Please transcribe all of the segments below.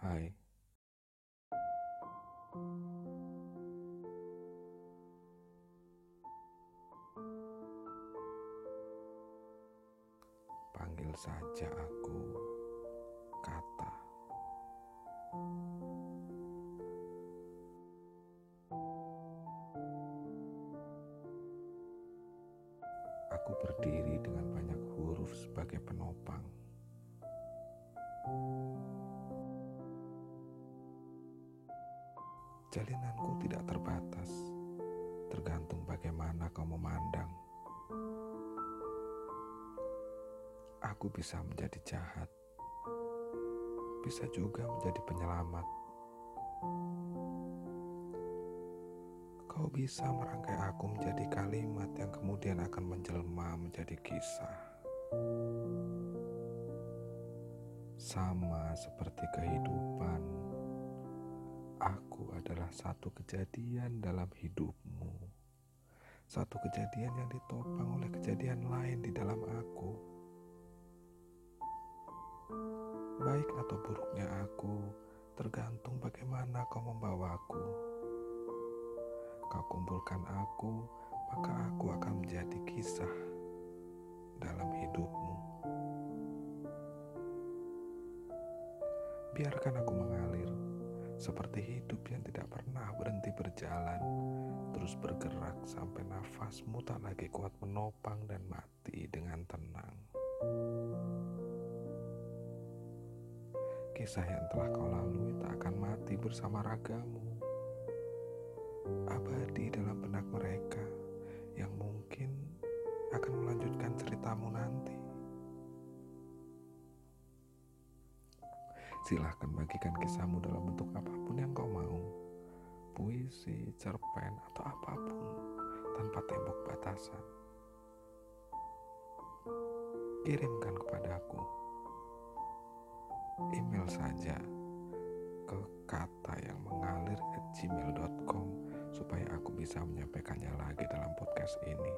Hai, panggil saja aku Kata. Aku berdiri dengan banyak huruf sebagai penopang. Jalinanku tidak terbatas, tergantung bagaimana kau memandang. Aku bisa menjadi jahat, bisa juga menjadi penyelamat. Kau bisa merangkai aku menjadi kalimat yang kemudian akan menjelma menjadi kisah. Sama seperti kehidupan, aku adalah satu kejadian dalam hidupmu. Satu kejadian yang ditopang oleh kejadian lain di dalam aku. Baik atau buruknya aku tergantung bagaimana kau membawaku. Kau kumpulkan aku, maka aku akan menjadi kisah dalam hidupmu. Biarkan aku mengalir, seperti hidup yang tidak pernah berhenti berjalan, terus bergerak sampai nafasmu tak lagi kuat menopang dan mati dengan tenang. Kisah yang telah kau lalui tak akan mati bersama ragamu, abadi dalam benak mereka yang mungkin akan melanjutkan ceritamu nanti. Silahkan bagikan kisahmu dalam bentuk apapun yang kau mau, puisi, cerpen, atau apapun, tanpa tembok batasan. Kirimkan kepadaku. Email saja ke kata-yang-mengalir@gmail.com supaya aku bisa menyampaikannya lagi dalam podcast ini.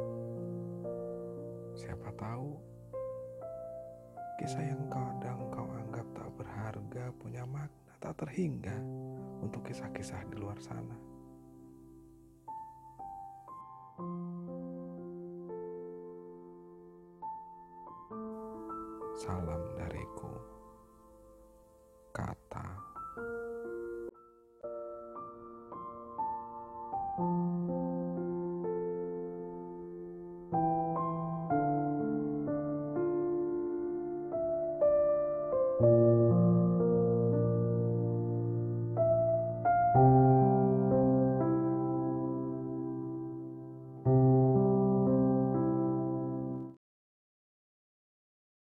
Siapa tahu kisah yang kadang kau anggap tak berharga punya makna tak terhingga untuk kisah-kisah di luar sana. Salam dariku, Kata.